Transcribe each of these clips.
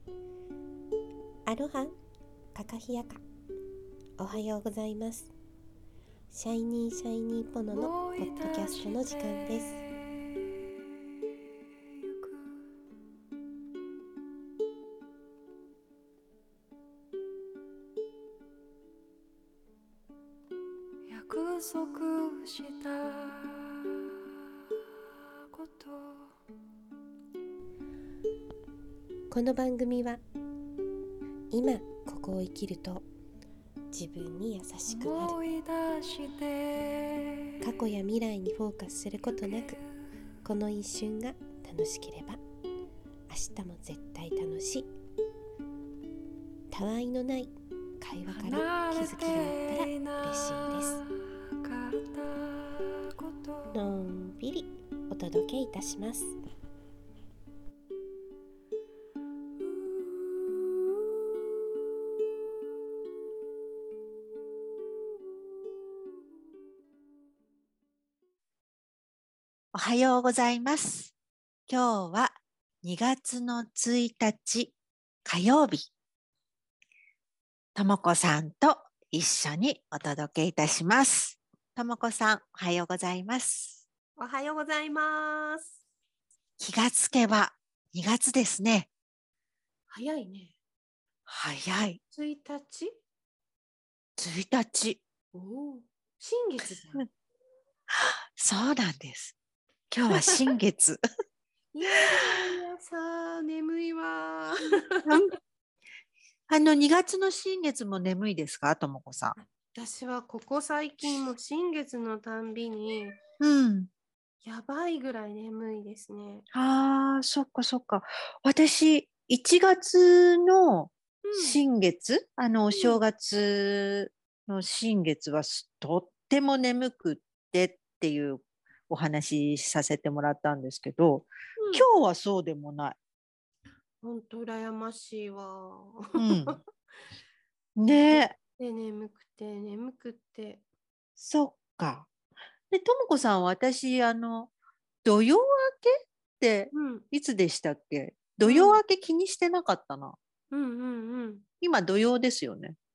アロハ、カカヒヤカ。おはようございます。シャイニーシャイニーポノのポッドキャストの時間です。 約束したこと、 この番組は今ここを生きると自分に優しくなる。過去や未来にフォーカスすることなく、この一瞬が楽しければ明日も絶対楽しい。たわいのない会話から気づきがあったら嬉しいです。のんびりお届けいたします。 おはようございます。今日は2月の1日火曜日、ともこさんと一緒にお届けいたします。ともこさん、おはようございます。 おはようございます。 気がつけば2月ですね。 早いね。 早い。 1日 1日。 おお、新月じゃん。 そうなんです。今日は新月。 いやーさあ、眠いわ 2月の新月も眠いですか、ともこさん。 私はここ最近も新月のたんびに、やばいぐらい眠いですね。 ああ、そっかそっか。私、1月の新月、お正月の新月はとっても眠くってっていうお話しさせてもらったんですけど、今日はそうでもない。 ほんと羨ましいわ。 ねえ。眠くて。 そっか。で、ともこさん、私、土曜明けっていつでしたっけ？土曜明け気にしてなかったな。今土曜ですよね。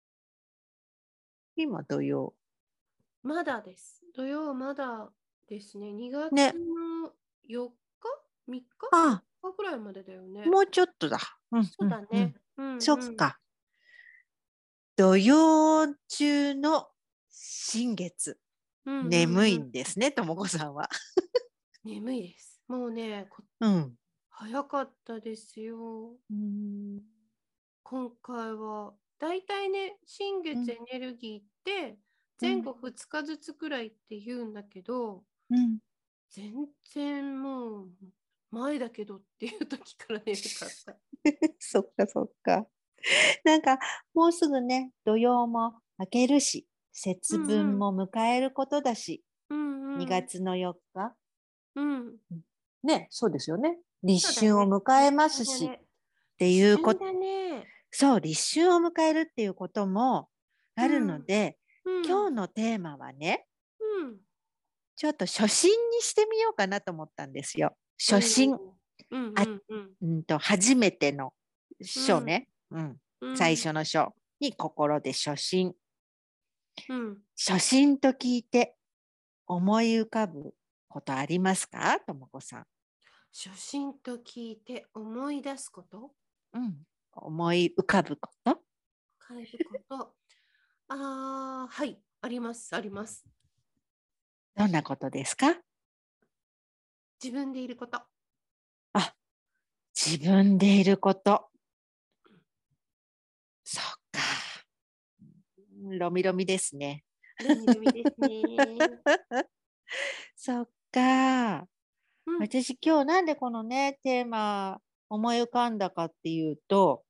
今土曜。 まだです。土曜まだですね。2月の4日、3日くらいまでだよね。 もうちょっとだ。 そうだね。 そっか。土曜中の新月。眠いんですね、ともこさんは。 眠いです。もうね、早かったですよ。今回はだいたいね、新月エネルギーって前後2日ずつくらいって言うんだけど、全然もう前だけどっていう時から眠かった。 そっかそっか。なんかもうすぐね、土曜も明けるし、節分も迎えることだし、2月の4日。ね、そうですよね。立春を迎えますし、っていうこと。そう、立春を迎えるっていうこともあるので、今日のテーマはね、ちょっと初心にしてみようかなと思ったんですよ。初心。初めての初ね。最初の初に心で初心。初心と聞いて思い浮かぶことありますか、ともこさん。 初心と聞いて思い出すこと？ 思い浮かぶこと？ はい、あります。 どんなことですか？ 自分でいること。 自分でいること。そっか。ロミロミですね。そっか。私今日なんでこのね、テーマ思い浮かんだかっていうと、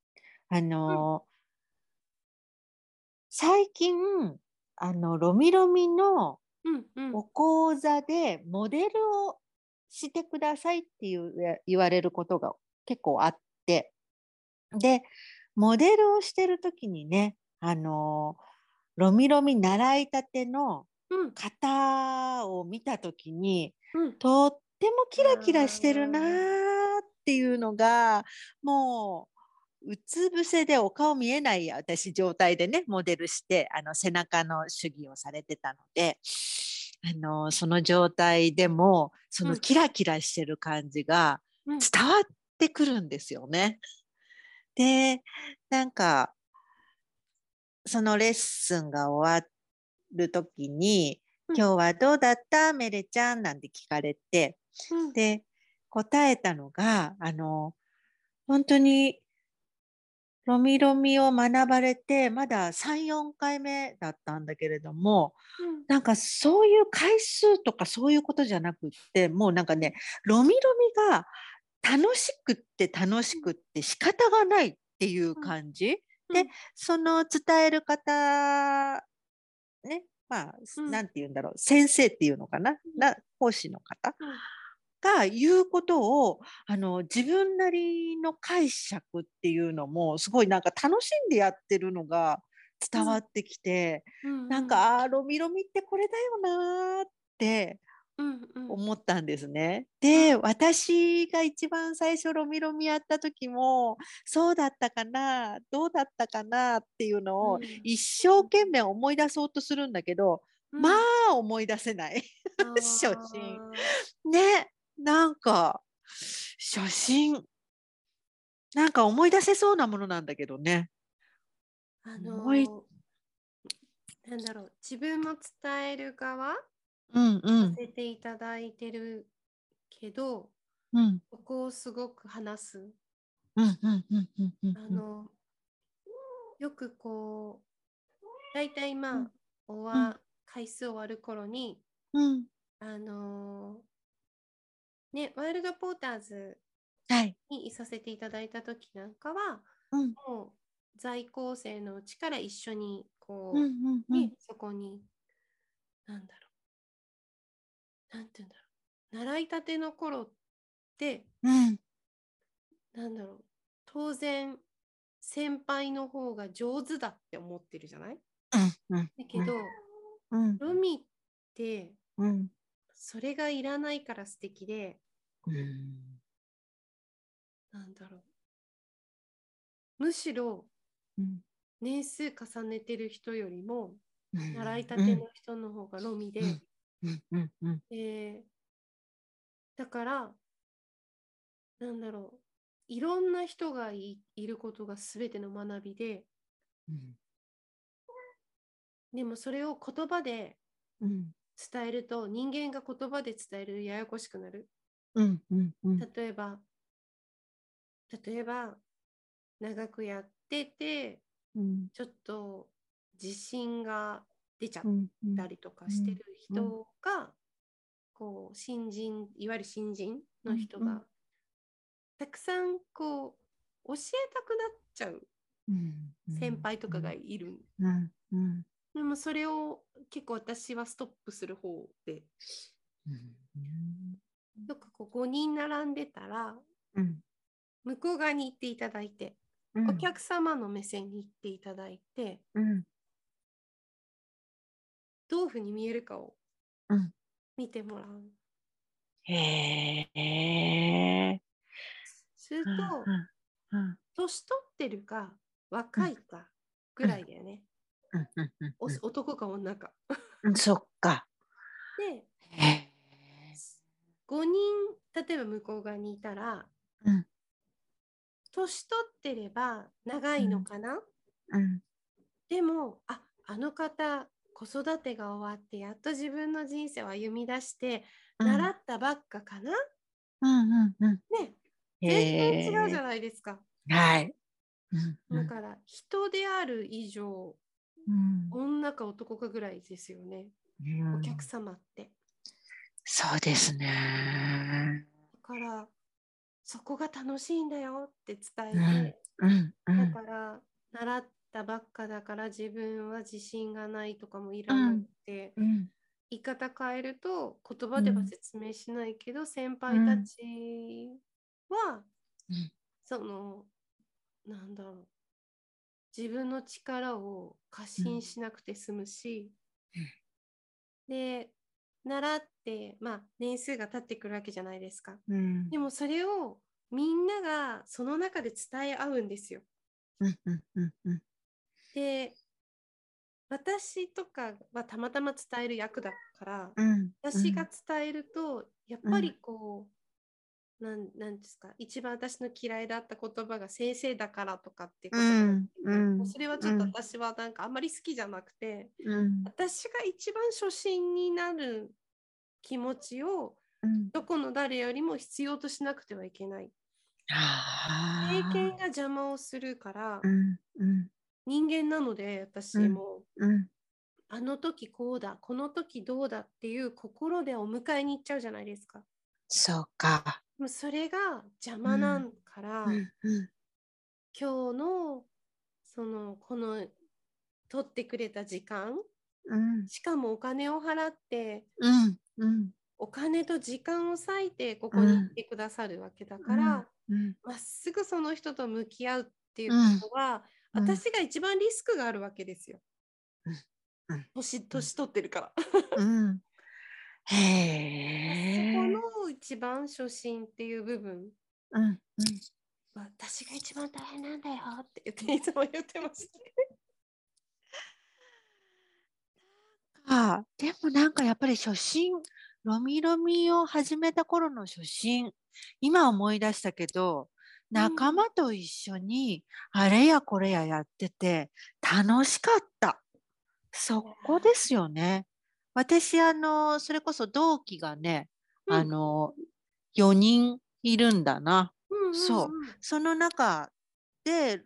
最近、ロミロミのお講座でモデルをしてくださいって言われることが結構あって、で、モデルをしてるときにね、ロミロミ習いたての方を見たときに、とってもキラキラしてるなーっっていうのがもううつ伏せでお顔見えない私状態でねモデルして背中の手技をされてたのでその状態でもそのキラキラしてる感じが伝わってくるんですよね。でなんかそのレッスンが終わる時に今日はどうだったメレちゃんなんて聞かれて、で答えたのが本当にロミロミを学ばれてまだ3、4回目だったんだけれども、なんかそういう回数とかそういうことじゃなくって、もうなんかねロミロミが楽しくって仕方がないっていう感じ、でその伝える方ね、まあ、なんて言うんだろう、先生っていうのかな、講師の方が言うことを、自分なりの解釈っていうのも、すごいなんか楽しんでやってるのが伝わってきて、なんか、ロミロミってこれだよなって思ったんですね。で、私が一番最初ロミロミやった時も、そうだったかな、どうだったかなっていうのを一生懸命思い出そうとするんだけど、まあ思い出せない。初心。ね、なんか、初心。なんか思い出せそうなものなんだけどね。 なんだろう、自分も伝える側させていただいてるけど、ここをすごく話す。よくこう、だいたいまあ、回数終わる頃に、ね、ワイルドポーターズにいさせていただいた時なんかは、もう在校生のうちから一緒にこう、ね、そこになんて言うんだろう、習いたての頃って、当然先輩の方が上手だって思ってるじゃない、だけど、ロミってそれがいらないから素敵で、むしろ年数重ねてる人よりも習いたての人の方がロミで、だからいろんな人がいることが全ての学びで、でもそれを言葉で伝えると、人間が言葉で伝えるややこしくなる。例えば長くやってて、ちょっと自信が出ちゃったりとかしてる人が、こういわゆる新人の人がたくさんこう教えたくなっちゃう先輩とかがいる。でもそれを結構私はストップする方で、よくこう5人並んでたら、向こう側に行っていただいて、お客様の目線に行っていただいて、どういうふうに見えるかを見てもらう。すると、年取ってるか若いかぐらいだよね。男か女か。 そっか。 で、5人例えば向こう側にいたら、年取ってれば長いのかな、でもあの方子育てが終わってやっと自分の人生を歩み出して習ったばっかかな、ね、全然違うじゃないですか。 はい。 だから人である以上、女か男かぐらいですよね、お客様って。 そうですね。 だからそこが楽しいんだよって伝えて、だから習ったばっかだから自分は自信がないとかもいらなくて、言い方変えると言葉では説明しないけど、先輩たちは、その自分の力を過信しなくて済むし、で習って、年数が経ってくるわけじゃないですか。でもそれをみんながその中で伝え合うんですよ。で、私とかはたまたま伝える役だから、私が伝えるとやっぱりこう、なんですか、一番私の嫌いだった言葉が先生だからとかっていう言葉だけど、それはちょっと私はなんかあんまり好きじゃなくて、私が一番初心になる気持ちをどこの誰よりも必要としなくてはいけない。経験が邪魔をするから、人間なので私も、あの時こうだ、この時どうだっていう心でお迎えに行っちゃうじゃないですか。 そうか。 もうそれが邪魔なんから、今日のこの取ってくれた時間、しかもお金を払って、お金と時間を割いてここに行ってくださるわけだから、まっすぐその人と向き合うっていうことは、私が一番リスクがあるわけですよ。年取ってるから。そこの一番初心っていう部分、私が一番大変なんだよって言っていつも言ってました。 でもなんかやっぱり初心、ロミロミを始めた頃の初心、今思い出したけど、仲間と一緒にあれやこれややってて楽しかった。そこですよね。私、それこそ同期がね、4人いるんだな。そう。その中で、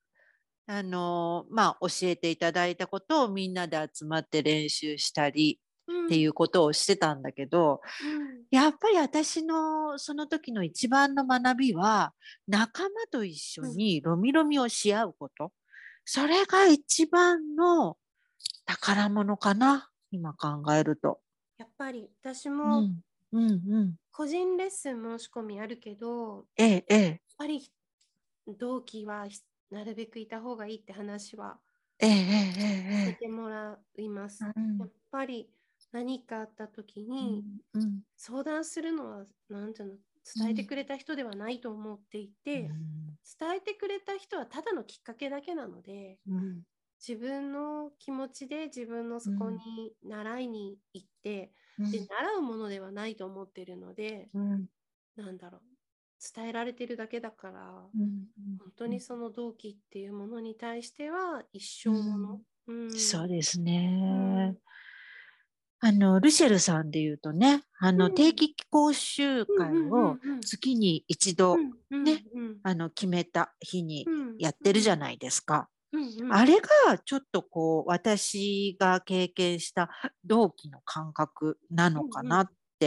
教えていただいたことをみんなで集まって練習したりっていうことをしてたんだけど、やっぱり私のその時の一番の学びは、仲間と一緒にロミロミをし合うこと。それが一番の宝物かな、今考えると。 やっぱり私も個人レッスン申し込みあるけど、やっぱり同期はなるべくいた方がいいって話はさせてもらいます。やっぱり何かあった時に相談するのはなんていうの、伝えてくれた人ではないと思っていて、伝えてくれた人はただのきっかけだけなので、自分の気持ちで自分のそこに習いに行って、で習うものではないと思っているので、なんだろう、伝えられてるだけだから、本当にその同期っていうものに対しては一生もの。 そうですね。ルシェルさんで言うとね、定期講習会を月に一度ね、決めた日にやってるじゃないですか。あれがちょっとこう、私が経験した同期の感覚なのかなって、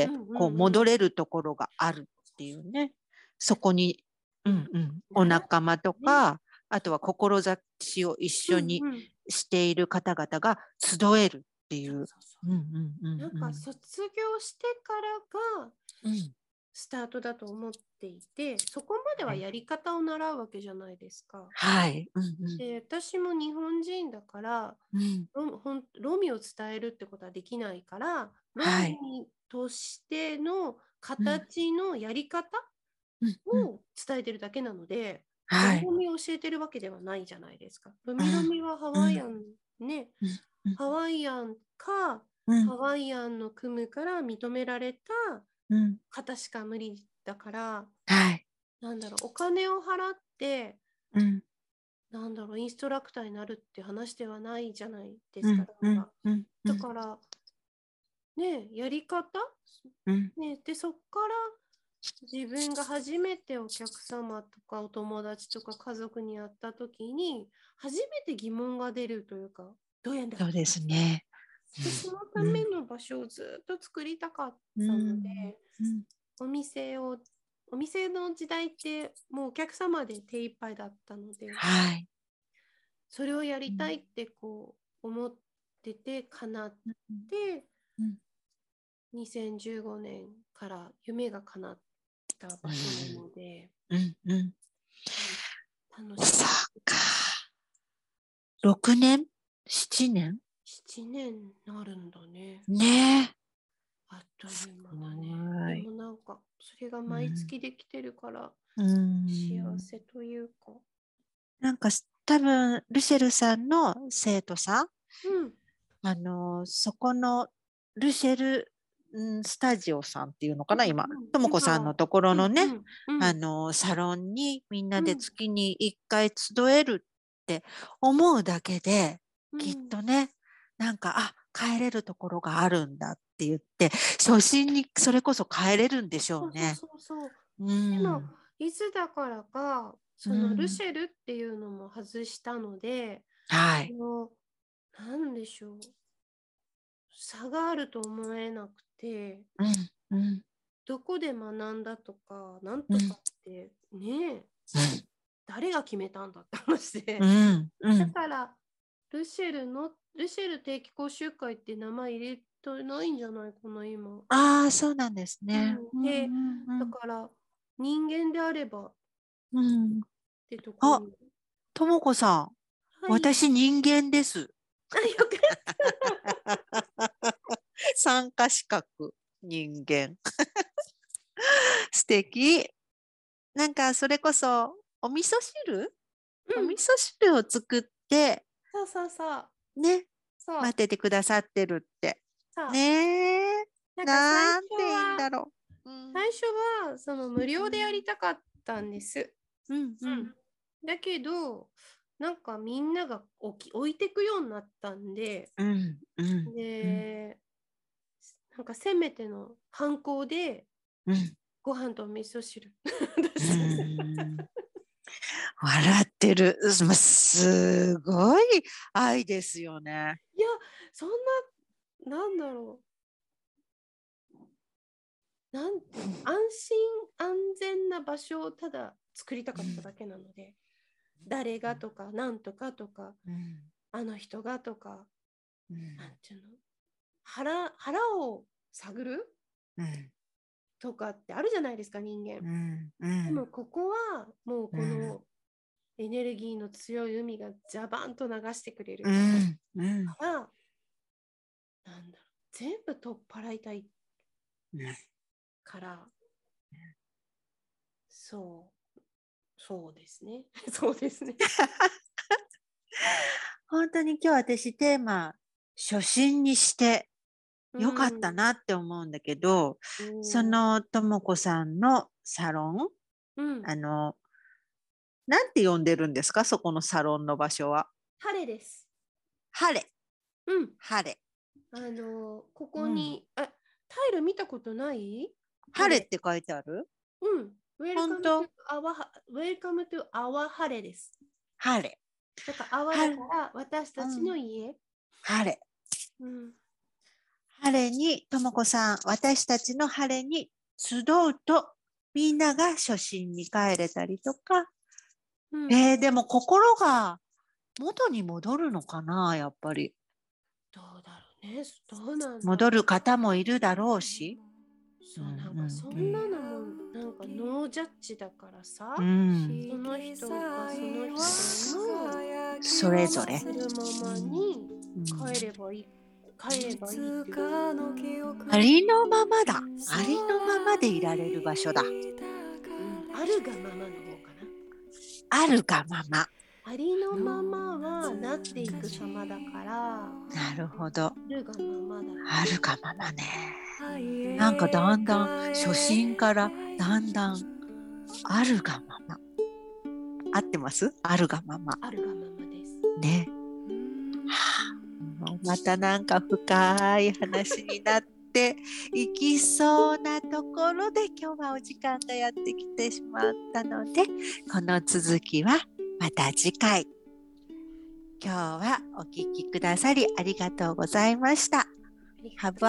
こう戻れるところがあるっていうね。そこに、お仲間とか、あとは志を一緒にしている方々が集えるっていう。 なんか卒業してからがスタートだと思っていて、そこまではやり方を習うわけじゃないですか。 はい。 で、私も日本人だから、ロミを伝えるってことはできないから、ロミとしての形のやり方を伝えてるだけなので、ロミロミを教えてるわけではないじゃないですか。ロミロミはハワイアンね、ハワイアンか、ハワイアンの組むから認められた方しか無理だから、なんだろう、お金を払って、なんだろう、インストラクターになるって話ではないじゃないですか。だから、ね、やり方、ね、で、そっから自分が初めてお客様とかお友達とか家族に会った時に、初めて疑問が出るというか、どうやんだっけ？ そうですね。 で、そのための場所をずっと作りたかったので、お店の時代ってもうお客様で手一杯だったので、それをやりたいってこう思ってて叶って、2015年から夢が叶った場所なので、楽しい。 そうか。6年 ?7 年 7年なるんだね。 ねえ。 あっという間だね。でもなんかそれが毎月できてるから、 幸せというか。 なんか多分ルシェルさんの生徒さん、そこのルシェルスタジオさんっていうのかな、今、ともこさんのところのね、サロンにみんなで月に1回集えるって思うだけで、きっとね、なんか、帰れるところがあるんだって言って、初心にそれこそ帰れるんでしょうね。 でも、いつだからか、そのルシェルっていうのも外したので、なんでしょう。差があると思えなくて、どこで学んだとか、なんとかってね、誰が決めたんだって話で。だから、ルシェル定期講習会って名前入れてないんじゃないかな、今。 そうなんですね。 だから、人間であれば、ってとこに。ともこさん、私人間です。 よかった。参加資格、人間。素敵。なんかそれこそお味噌汁、お味噌汁を作って、ね、待っててくださってるって。ねえ。なんていいんだろう。最初はその無料でやりたかったんです。だけど、なんかみんなが置いてくようになったんで、で、なんかせめての観光で、ご飯とお味噌汁。 笑ってる。すごい愛ですよね。 いや、そんな、なんだろう。なんて安心安全な場所をただ作りたかっただけなので、誰がとかなんとかとか、あの人がとか、なんていうの、腹を探る、とかってあるじゃないですか、人間。でもここはもうこのエネルギーの強い海がジャバンと流してくれるから、なんだろう、全部取っ払いたいから、そうですね。そうですね。 本当に今日私テーマ初心にしてよかったなって思うんだけど、そのともこさんのサロン、なんて呼んでるんですか、そこのサロンの場所は。 晴れです。 晴れ。晴れ。 ここに、タイル見たことない？ 晴れって書いてある？ Welcome to our 晴れです。 晴れ。 だから泡だから私たちの家。 晴れ。晴れに、ともこさん、私たちの晴れに集うと、みんなが初心に帰れたりとか。でも心が元に戻るのかな、やっぱり。 どうだろうね。どうなんだろう。 戻る方もいるだろうし。 なんかそんなのもなんかノージャッジだからさ、その人がその人のそれぞれするままに帰ればいいっていう。 ありのままだ。ありのままでいられる場所だ。 あるがままの方かな。 あるがまま。 ありのままはなっていく様だから。 なるほど。あるがままだ。 あるがままね。なんかだんだん初心からだんだんあるがまま。合ってます？あるがまま。 あるがままです。 ね。またなんか深い話になっていきそうなところで今日はお時間がやってきてしまったので、この続きはまた次回。今日はお聞きくださりありがとうございました。Have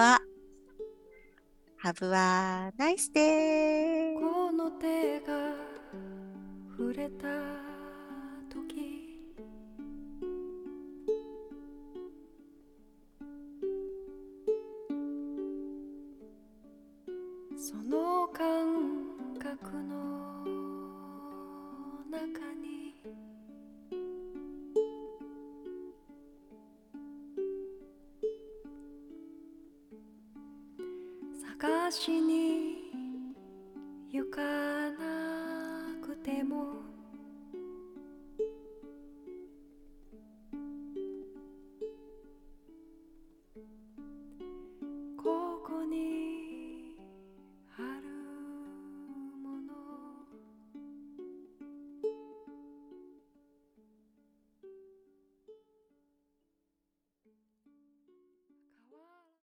a nice day. この手が触れた時、その感覚の中に探しに